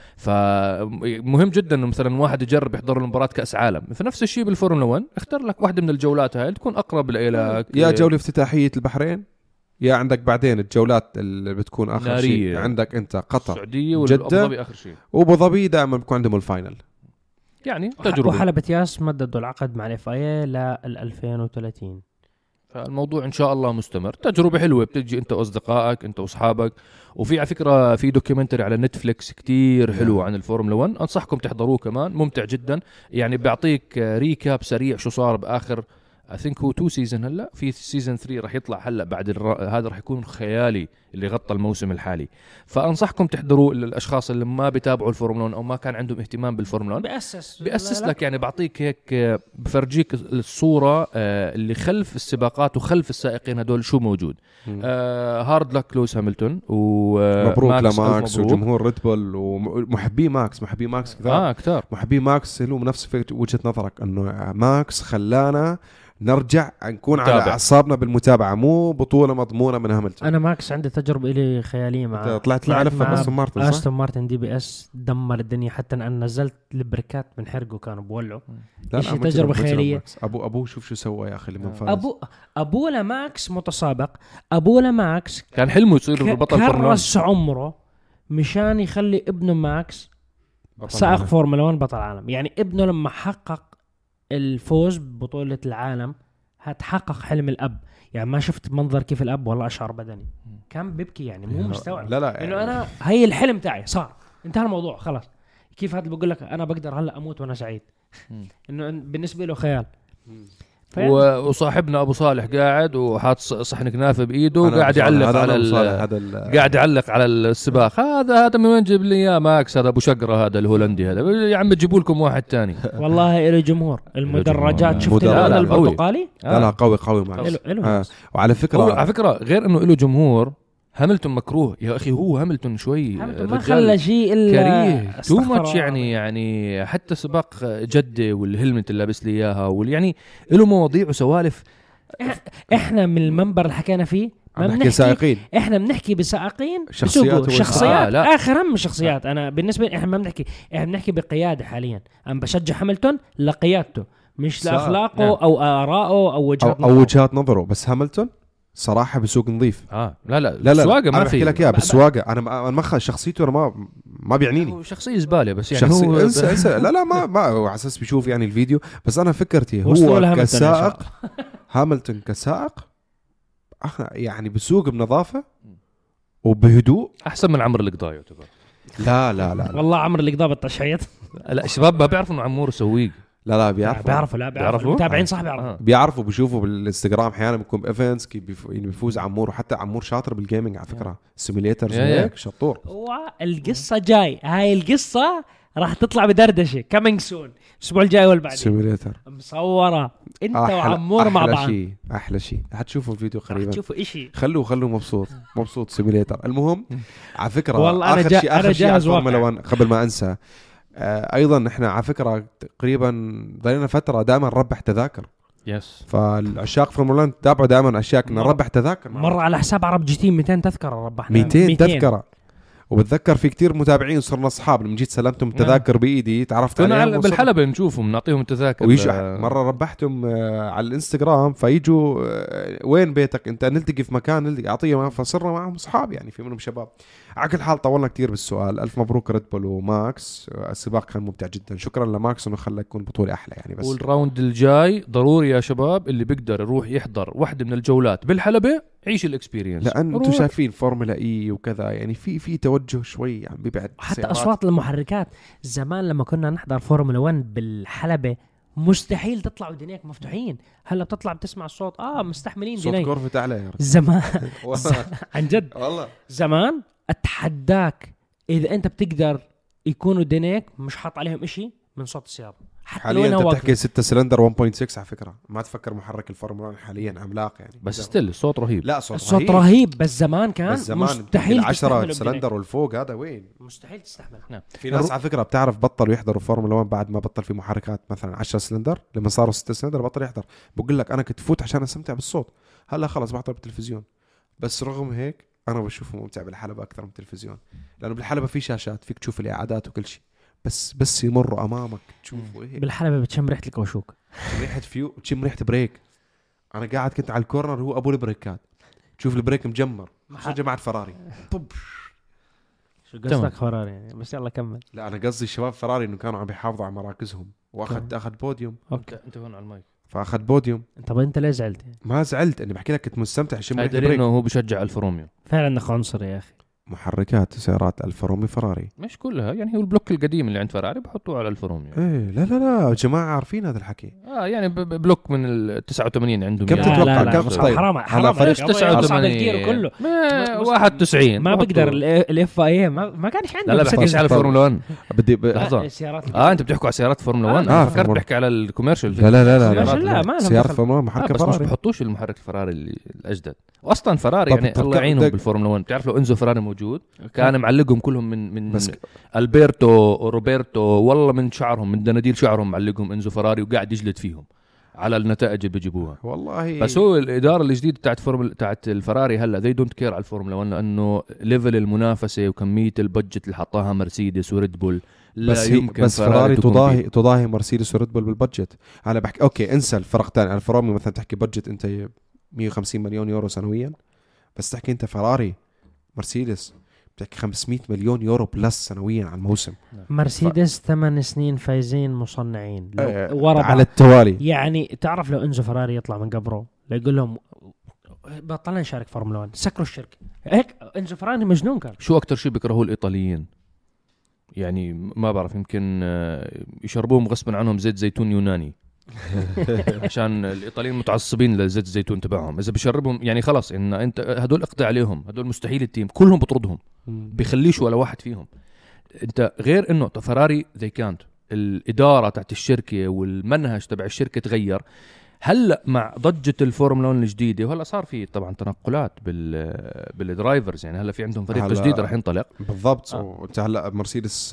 فمهم جدا انه مثلا واحد يجرب يحضر المباراة كأس عالم. فنفس الشيء بالفورمولا 1، اختار لك واحدة من الجولات هاي تكون اقرب لك، يا جولة افتتاحية البحرين، يا عندك بعدين الجولات اللي بتكون اخر شيء عندك انت قطر، السعودية وابو ظبي اخر شيء، وابو ظبي دائما بيكون عندهم الفاينل. يعني تجربة. وحلبة ياس مددوا العقد مع الFIA لل 2030. فالموضوع إن شاء الله مستمر. تجربة حلوة، بتجي أنت وأصدقائك أنت وأصحابك. وفي على فكرة في دوكيومنتري على نتفليكس كتير حلو عن الفورمولا 1، أنصحكم تحضروه كمان، ممتع جدا. يعني بيعطيك ريكاب سريع شو صار بآخر I think هو 2 سيزن. هلا في سيزن 3 راح يطلع هلا بعد هذا راح يكون خيالي اللي غطى الموسم الحالي. فانصحكم تحضروا الاشخاص اللي ما بيتابعوا الفورمولا 1 او ما كان عندهم اهتمام بالفورمولا 1. بيأسس لك، يعني بعطيك هيك بفرجيك الصوره اللي خلف السباقات وخلف السائقين هدول شو موجود. هارد لك لويس هاملتون ومبروك لماكس وجمهور ريد بول ومحبي ماكس كثير. محبي ماكس له نفس وجهة نظرك انه ماكس خلانا نرجع نكون على أعصابنا بالمتابعة، مو بطولة مضمونة من هاملتون. أنا ماكس عندي تجربة إلي خيالية مع طلعت مع أستون مارتن، أستون مارتن DBS دمر الدنيا، حتى أنا نزلت البريكات من حرقه كانوا بولعوا. إيش تجربة خيالية. أبوه شوف شو سوى يا أخي لمن فاز. أبوه لماكس متسابق، أبوه لماكس كان حلمه يصير بطل فورمولا، كرس عمره مشان يخلي ابنه ماكس سائق فورمولا 1 بطل عالم. يعني ابنه لما حقق الفوز ببطولة العالم هتحقق حلم الأب. يعني ما شفت منظر كيف الأب والله أشعر بدني كان بيبكي، يعني مو مستوعب. لا إنه أنا هي الحلم تاعي صار، انتهى الموضوع خلاص. كيف هذا بقول لك أنا بقدر هلأ أموت وأنا سعيد، إنه بالنسبة له خيال. وصاحبنا ابو صالح قاعد وحاط صحن كنافه بايده وقاعد يعلق على قاعد يعلق على السباق. هذا من وين جيب لي اياه ماكس؟ هذا ابو شقره هذا الهولندي هذا. يا عم تجيبوا لكم واحد تاني. والله له جمهور. المدرجات شفت هذا البرتقالي؟ لا قوي ماكس. وعلى فكره غير انه له جمهور، هاملتون مكروه يا اخي. هو هاملتون شوي ما خلى شيء الا كريه تو ماتش. يعني حتى سباق جده والهلمت اللي لابس لي اياها يعني له مواضيع وسوالف. احنا من المنبر اللي حكينا فيه ما بنحكي سائقين، احنا بنحكي بسائقين شخصيات اخر هم شخصيات. انا بالنسبه لي احنا ما بنحكي، احنا بنحكي بقياده حاليا. انا بشجع هاملتون لقيادته مش لاخلاقه او ارائه او وجهات نظره. بس هاملتون صراحة بسوق نظيف. لا السواقة ما في لك بالسواقة أنا ما شخصيته أنا ما بيعنيني شخصية زبالة. بس يعني هو انسى لا ما على أساس بيشوف يعني الفيديو. بس أنا فكرتي هو كسائق هاملتون كسائق يعني بسوق بنظافة وبهدوء أحسن من عمر القضاء يعتبر. لا والله عمر القضاء بالتشحيط. لا الشباب ما بيعرفوا إنه عمور سويق. لا بيعرفوا متابعين صح بيعرفوا بيشوفوا بالانستغرام احيانا بيكون ايفنتس كيف بيفوز عمور. وحتى عمور شاطر بالجيمنج على فكره، سيميليترز هيك شطور. والقصه جاي، هاي القصه راح تطلع بدردشه كامينج سون الاسبوع الجاي والبعد. سيميليتر مصوره انت وعمور مع بعض. احلى شيء حتشوفوا الفيديو قريبا، حتشوفوا شيء. خلوه مبسوط سيميليتر. المهم على فكره والله اخر شيء فورمولا 1 قبل ما انسى. ايضا احنا على فكره تقريبا ضلينا فتره دائما نربح تذاكر. فالعشاق فورمولا 1 تابعوا دائما اشياء كنا نربح تذاكر. مره على حساب عرب جي تي 200 تذكره ربحنا. 200 تذكره. وبتذكر في كتير متابعين صرنا اصحاب لما جيت سلمتهم تذاكر بايدي تعرفت كنا عليهم بالحلبة نشوفهم نعطيهم تذاكر مرة ربحتهم على الانستغرام فيجوا وين بيتك انت نلتقي في مكان نلتقي اعطيهم فصرنا معهم اصحاب يعني في منهم شباب. على كل حال طولنا كتير بالسؤال. الف مبروك ريد بول وماكس السباق كان ممتع جدا. شكرا لماكس انه خلى يكون بطولة احلى يعني. بس والراوند الجاي ضروري يا شباب اللي بيقدر يروح يحضر واحدة من الجولات بالحلبة عيش الاكسبيرينس لان انتم شايفين فورمولا اي وكذا يعني في توجه شوي يعني بيبعد حتى السيارات. اصوات المحركات زمان لما كنا نحضر فورمولا 1 بالحلبة مستحيل تطلع ودنيك مفتوحين. هلا بتطلع بتسمع الصوت مستحملين صوت دنيك كورفة اعلى يا رجل. زمان عن جد والله زمان اتحداك اذا انت بتقدر يكونوا دينيك مش حاط عليهم اشي من صوت السيارة. حاليا انت بتحكي 6 سلندر 1.6 على فكره ما تفكر محرك الفورمولا حاليا عملاق يعني بس ستيل الصوت رهيب. لا الصوت رهيب بس زمان كان بس زمان مستحيل 10 سلندر والفوق هذا وين مستحيل تستحمل. نعم. في ناس على فكره بتعرف بطلوا يحضروا فورمولا 1 بعد ما بطل في محركات مثلا 10 سلندر لما صاروا 6 سلندر بطل يحضر. بقول لك انا كنت فوت عشان استمتع بالصوت هلا خلص بحضر بالتلفزيون. بس رغم هيك انا بشوفه ممتع بالحلبة اكثر من التلفزيون لانه بالحلبة في شاشات فيك تشوف الاعادات وكل شيء بس يمروا امامك تشوفوا ايه. بالحلبة بتشم ريحة الكاوشوك ريحه فيو وتشم ريحه بريك. انا قاعد كنت على الكورنر هو ابو البريكات تشوف البريك مجمر خصوصا جماعه فراري طب شو قصدك فراري يعني بس يلا كمل. لا انا قصدي الشباب فراري انه كانوا عم بيحافظوا على مراكزهم اخذ بوديوم. انت هون على المايك فاخذ بوديوم. طب انت ليه زعلت يعني؟ ما زعلت اني بحكي لك كنت مستمتع شم ريحه بريك. هو بشجع الفا روميو فعلا انك عنصر يا اخي. محركات سيارات الفا روميو فراري مش كلها يعني هو البلوك القديم اللي عند فراري بحطوه على الفا روميو. ايه لا جماعه عارفين هذا الحكي. يعني بلوك من ال 89 عندهم. كم يعني. تتوقع لا كم طيب حرام فريق 89 الجير كله 91 ما بقدر الاف اي ما كانش عنده. لا بحكيش على فورمولا 1 بدي لحظه السيارات انت بتحكوا على سيارات فورمولا 1 فكرت بحكي على الكوميرشال. لا ما سيارات فورمولا محرك بس فراري مش بحطوش المحرك الفراري الاجدد. واصلا فراري يعني الله يعينهم بالفورمولا 1. بتعرف لو انزو فراري موجود كان معلقهم كلهم من البرتو وروبرتو والله من شعرهم من دناديل شعرهم معلقهم انزو فراري وقاعد يجلد فيهم على النتائج اللي بيجيبوها والله. بس هو الاداره الجديده تاعت الفراري هلا they don't care على الفورمولا 1 لانه ليفل المنافسه وكميه البادجت اللي حطاها مرسيدس وريد بول لا يمكن بس فراري تضاهي مرسيدس وريد بول بالبادجت. انا بحكي اوكي انسى الفرق الثاني. الفا روميو مثلا تحكي بادجت انت 150 مليون يورو سنويا بس تحكي انت فراري مرسيدس بتحكي 500 مليون يورو بلس سنويا على الموسم. مرسيدس 8 سنين فايزين مصنعين ورا على التوالي. يعني تعرف لو انزو فراري يطلع من قبره يقول لهم بطلنا نشارك فورمولا 1 سكروا الشركه هيك. انزو فراري مجنون كان. شو اكتر شيء بيكرهوه الايطاليين يعني ما بعرف يمكن يشربوهم غصبا عنهم زيت زيتون يوناني عشان الايطاليين متعصبين لزيت الزيتون تبعهم. اذا بشربهم يعني خلاص ان انت هدول اقضي عليهم هدول مستحيل التيم كلهم بطردهم بيخليش ولا واحد فيهم. انت غير انه فراري زي كانت الاداره تاعت الشركه والمنهج تبع الشركه تغير. هلا مع ضجه الفورمولا 1 الجديده وهلا صار في طبعا تنقلات بالدرايفرز يعني هلا في عندهم فريق جديد راح ينطلق بالضبط. وانت هلا مرسيدس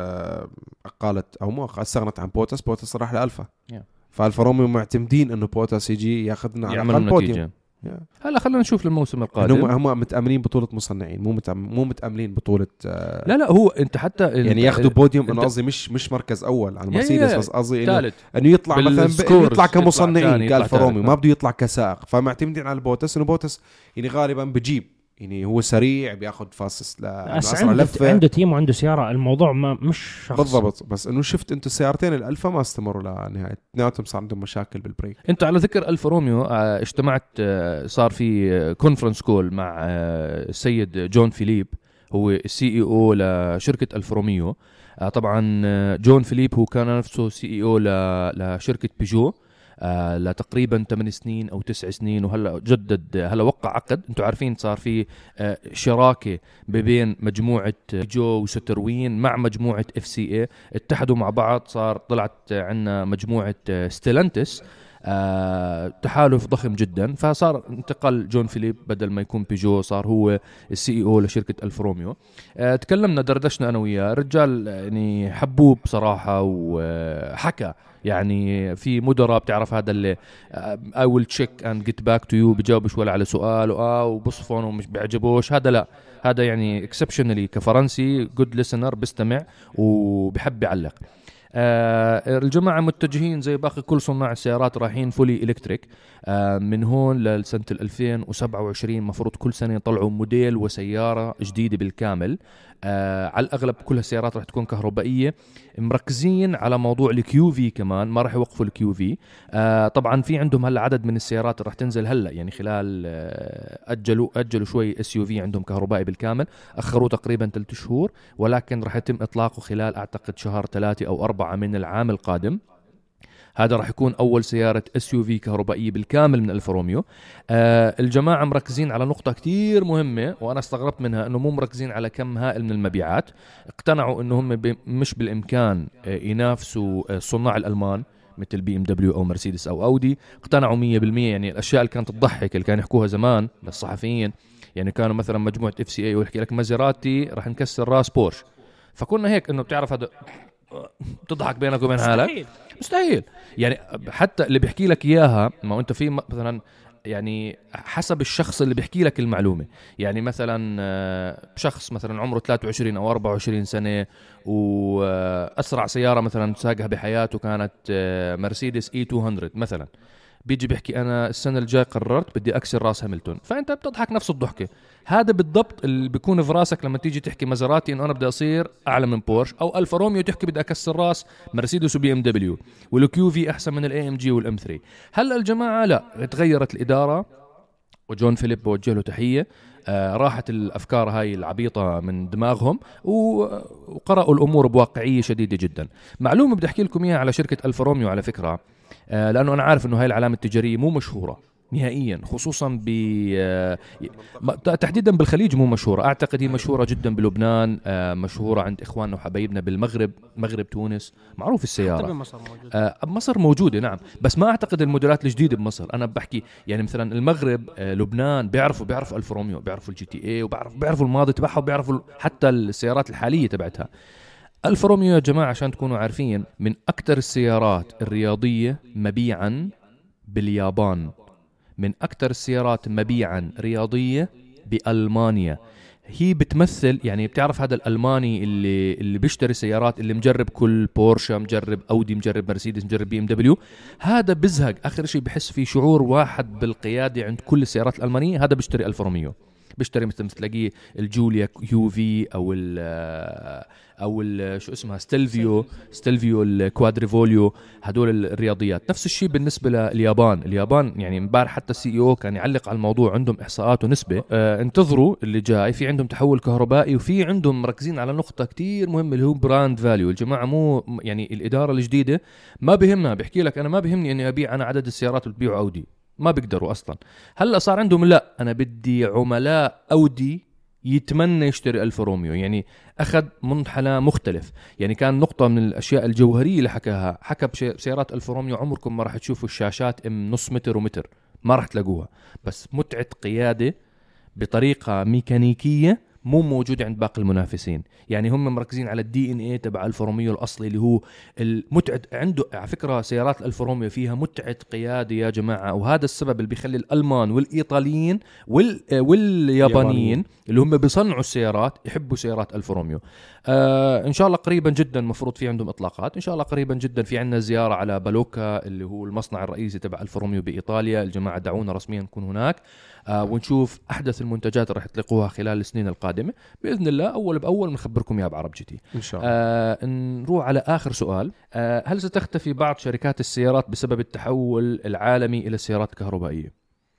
قالت او مو استغنت عن بوتاس راح لالفا فالفا روميو معتمدين انه بوتاس يجي ياخذنا على البوديوم. هلا خلينا نشوف الموسم القادم. هم متأملين بطولة مصنعين مو متأملين بطولة لا هو انت حتى يعني ياخذوا بوديوم. انا قصدي مش مركز اول على مرسيدس بس قصدي انه يطلع مثلا يطلع كمصنعين كالفا روميو ما بده يطلع كسائق. فمعتمدين على البوتس انه بوتس يعني غالبا بجيب يعني هو سريع بياخذ فاصص عنده تيم وعنده سيارة. الموضوع ما مش شخص بالضبط. بس انه شفت انت السيارتين الالفا ما استمروا لنهاية اثنيناتهم صار عندهم مشاكل بالبريك. انت على ذكر الفا روميو اجتمعت صار في كونفرنس كول مع السيد جون فيليب هو السي اي او لشركة الفا روميو. طبعا جون فيليب هو كان نفسه سي اي او لشركة بيجو لتقريبا 8 سنين أو 9 سنين وهلا جدد هلا وقع عقد. انتم عارفين صار في شراكة بين مجموعة جو وستروين مع مجموعة FCA اتحدوا مع بعض. صار طلعت عنا مجموعة ستيلانتس تحالف ضخم جدا. فصار انتقل جون فيليب بدل ما يكون بيجو صار هو السي او لشركة ألفا روميو. تكلمنا دردشنا أنا وياه، رجال يعني حبوب بصراحة، وحكى يعني في مدراء بتعرف هذا اللي I will check and get back to you، بيجاوبش ولا على سؤال وبصفون ومش بيعجبوش. هذا لا، هذا يعني exceptionally كفرنسي good listener، بيستمع وبحب يعلق. الجماعة متجهين زي باقي كل صناع السيارات رايحين فولي إلكتريك. من هون لسنة 2027 مفروض كل سنة يطلعوا موديل وسيارة جديدة بالكامل. على الأغلب كل السيارات راح تكون كهربائية. مركزين على موضوع الكيو في كمان، ما راح يوقفوا الكيو في. طبعا في عندهم هلا عدد من السيارات راح تنزل هلا، يعني خلال أجلوا شوي اس يو في عندهم كهربائي بالكامل، أخروه تقريبا 3 شهور، ولكن راح يتم إطلاقه خلال أعتقد شهر 3 أو 4 من العام القادم. هذا راح يكون أول سيارة SUV كهربائية بالكامل من ألفا روميو. الجماعة مركزين على نقطة كتير مهمة وأنا استغربت منها، أنه مو مركزين على كم هائل من المبيعات. اقتنعوا أنه هم مش بالإمكان ينافسوا الصناع الألمان مثل BMW أو مرسيدس أو أودي. اقتنعوا 100%. يعني الأشياء اللي كانت تضحك اللي كانوا يحكوها زمان للصحفيين، يعني كانوا مثلا مجموعة FCA ويحكي لك مازيراتي راح نكسر راس بورش، فكنا هيك أنه بتعرف هذا تضحك بينك وبين حالك. مستحيل. يعني حتى اللي بيحكي لك إياها، ما أنت في مثلا يعني حسب الشخص اللي بيحكي لك المعلومة. يعني مثلا شخص مثلا عمره 23 أو 24 سنة وأسرع سيارة مثلا ساقها بحياته كانت مرسيدس E200 مثلا، بيجي بيحكي أنا السنة الجاي قررت بدي أكسر راس هاملتون، فأنت بتضحك نفس الضحكة. هذا بالضبط اللي بيكون في راسك لما تيجي تحكي مازراتي إنه أنا بدي أصير أعلى من بورش، أو ألفا روميو تحكي بدي أكسر راس مرسيدس وبي ام دبليو، والكيو في أحسن من الاي ام جي والام 3. هلا الجماعة لا، تغيرت الإدارة وجون فيليب بوجه له تحية. راحت الأفكار هاي العبيطة من دماغهم وقرأوا الأمور بواقعية شديدة جدا. معلومة بدي أحكي لكم إياها على شركة ألفا روميو على فكرة، لأنه أنا عارف أنه هاي العلامة التجارية مو مشهورة نهائيا، خصوصا تحديدا بالخليج مو مشهورة. أعتقد هي مشهورة جدا بلبنان، مشهورة عند إخواننا وحبايبنا بالمغرب، مغرب تونس معروف السيارة. مصر موجودة نعم، بس ما أعتقد الموديلات الجديدة بمصر. أنا بحكي يعني مثلا المغرب، لبنان بيعرفوا ألفا روميو، بيعرفوا الجي تي اي، وبيعرفوا الماضي تبعها، وبيعرفوا حتى السيارات الحالية تبعتها. ألفا روميو يا جماعة عشان تكونوا عارفين من أكتر السيارات الرياضية مبيعا باليابان، من أكتر السيارات مبيعا رياضية بألمانيا. هي بتمثل يعني بتعرف هذا الألماني اللي بيشتري سيارات، اللي مجرب كل بورشا، مجرب أودي، مجرب مرسيدس، مجرب بي ام دبليو، هذا بزهق آخر شيء بحس في شعور واحد بالقيادة عند كل السيارات الألمانية. هذا بيشتري ألفا روميو، بيشتري مثل تلاقيه الجوليا يو في او شو اسمها ستيلفيو الكوادريفوليو، هدول الرياضيات. نفس الشيء بالنسبه لليابان. يعني امبارح حتى السي او كان يعلق على الموضوع، عندهم احصاءات ونسبه. انتظروا اللي جاي، في عندهم تحول كهربائي، وفي عندهم مركزين على نقطه كتير مهمه اللي هو براند فاليو. الجماعه مو يعني الاداره الجديده ما بهمها، بيحكي لك انا ما بهمني اني ابيع انا عدد السيارات اللي ببيعوا اودي، ما بيقدروا أصلا. هلأ صار عندهم لا، أنا بدي عملاء أودي يتمنى يشتري ألفا روميو. يعني أخذ منحنى مختلف. يعني كان نقطة من الأشياء الجوهرية اللي حكى بسيارات ألفا روميو عمركم ما راح تشوفوا الشاشات نص متر ومتر، ما راح تلاقوها، بس متعة قيادة بطريقة ميكانيكية مو موجود عند باقي المنافسين. يعني هم مركزين على الدي ان اي تبع ألفا روميو الاصلي اللي هو المتعة. عنده على فكرة سيارات ألفا روميو فيها متعة قيادة يا جماعة، وهذا السبب اللي بيخلي الألمان والإيطاليين واليابانيين اللي هم بيصنعوا السيارات يحبوا سيارات ألفا روميو. إن شاء الله قريبا جدا مفروض في عندهم إطلاقات، إن شاء الله قريبا جدا في عندنا زيارة على بالوكا اللي هو المصنع الرئيسي تبع ألفا روميو بإيطاليا. الجماعة دعونا رسميا نكون هناك ونشوف أحدث المنتجات اللي رح يطلقوها خلال السنين القادمة بإذن الله. أول بأول نخبركم يا بعرب جي تي إن شاء الله. نروح على آخر سؤال. هل ستختفي بعض شركات السيارات بسبب التحول العالمي إلى السيارات الكهربائية؟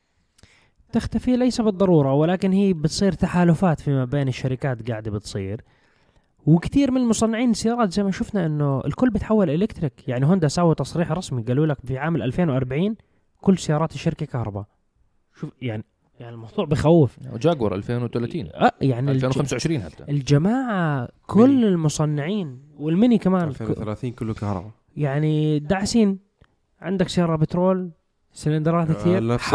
تختفي ليس بالضرورة، ولكن هي بتصير تحالفات فيما بين الشركات قاعدة بتصير، وكثير من المصنعين السيارات زي ما شفنا انه الكل بتحول الكتريك. يعني هوندا سووا تصريح رسمي قالوا لك في عام 2040 كل سيارات الشركة كهرباء. شوف يعني الموضوع بخوف. وجاكور 2030 يعني 2025 حتى الجماعة كل ميني. المصنعين والميني كمان 2030 كله كهرباء. يعني داعسين عندك سيارة بترول سلندرات كثير، نفس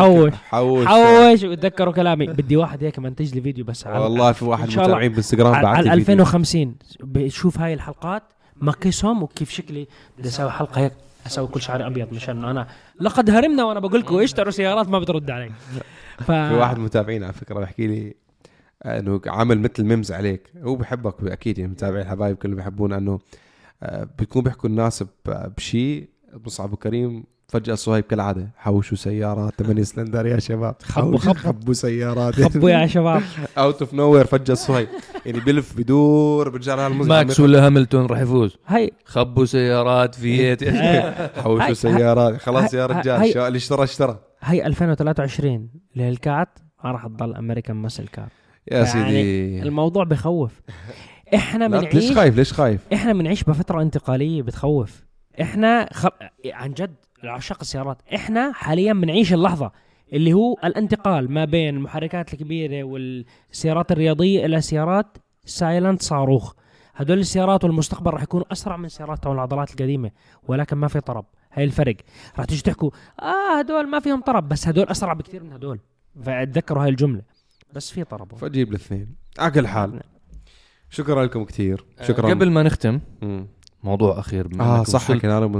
حوش وتذكروا كلامي. بدي واحد هيك منتج لي فيديو بس والله في واحد إن شاء الله متابعين بالانستغرام بعد على 2050 بشوف هاي الحلقات مقيسهم وكيف شكلي. بدي اسوي حلقة هيك اسوي كل شعري ابيض مشان انا لقد هرمنا وانا بقول لكم اشتروا سيارات ما بترد علي. في واحد متابعين على فكرة بحكي لي انه عامل مثل ميمز عليك، هو بحبك اكيد يعني، متابعين الحبايب كلهم بيحبون انه بيكون بيحكوا الناس بشيء. مصعب وكريم فجأة صهيب كالعادة حوشوا سيارات 8 سلندر يا شباب، خبوا سيارات خبوا يا شباب اوت اوف نوير. فجأة صهيب يعني بيلف بدور برجع لها المزرعة ماكس ولا هاملتون راح يفوز. هاي خبوا سيارات فيات حوشوا سيارات خلاص يا رجال، اللي اشترى. هاي 2023 للكات ما راح تضل امريكان مسل كار يا سيدي. الموضوع بخوف. احنا ليش خايف؟ احنا بنعيش بفترة انتقالية بتخوف. احنا عن جد لعشاق السيارات احنا حاليا بنعيش اللحظة اللي هو الانتقال ما بين المحركات الكبيرة والسيارات الرياضية الى سيارات سايلنت صاروخ. هدول السيارات والمستقبل راح يكونوا اسرع من سيارات العضلات القديمة، ولكن ما في طرب. هاي الفرق. راح تيجي تحكوا هدول ما فيهم طرب، بس هدول اسرع بكثير من هدول، فاتذكروا هاي الجملة. بس في طرب فجيب الاثنين عقل حال. شكرا لكم كثير. شكرا. قبل ما نختم موضوع اخير، صح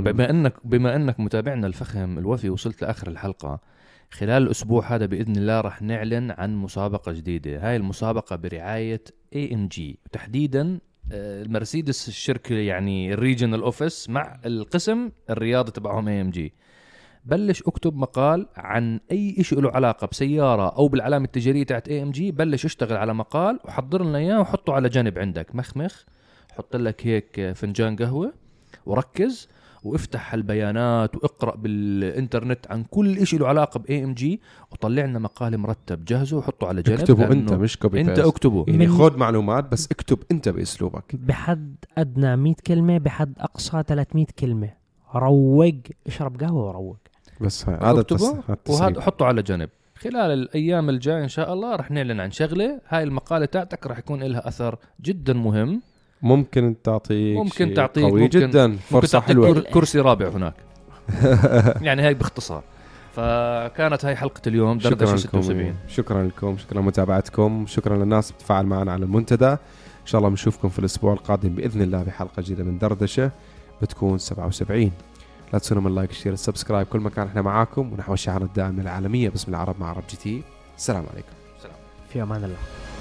بما انك متابعنا الفخم الوفي وصلت لاخر الحلقه، خلال الاسبوع هذا باذن الله راح نعلن عن مسابقه جديده. هاي المسابقه برعايه AMG تحديدا المرسيدس الشركه يعني الريجنال اوفيس مع القسم الرياضي تبعهم AMG. بلش اكتب مقال عن اي شيء له علاقه بسياره او بالعلامه التجاريه تاعت AMG. بلش اشتغل على مقال وحضر لنا اياه وحطه على جنب عندك، مخمخ حط لك هيك فنجان قهوه وركز وافتح البيانات واقرأ بالإنترنت عن كل شيء له علاقة ب-AMG وطلع لنا مقال مرتب جهزه وحطه على جنب. اكتبه انت مش كوبي انت اكتبه يعني خذ معلومات بس اكتب انت باسلوبك. بحد ادنى 100 كلمة، بحد اقصى 300 كلمة. روق، اشرب قهوة وروق بس هذا وهذا حطه على جنب. خلال الايام الجايه ان شاء الله رح نعلن عن شغله. هاي المقالة تاعتك رح يكون لها اثر جدا مهم. ممكن تعطيك قوي ممكن جدا، فرصة حلوة، كرسي رابع هناك. يعني هاي باختصار. فكانت هاي حلقة اليوم دردشة 76. شكرا لكم، شكرا لمتابعتكم، شكرا للناس بتفاعل معنا على المنتدى. إن شاء الله بنشوفكم في الأسبوع القادم بإذن الله بحلقة جديدة من دردشة بتكون 77. لا تنسوا من لايك شير السبسكرايب كل مكان. احنا معاكم ونحو الشعار الدائم العالمية باسم العرب مع عرب GT. السلام عليكم. في أمان الله.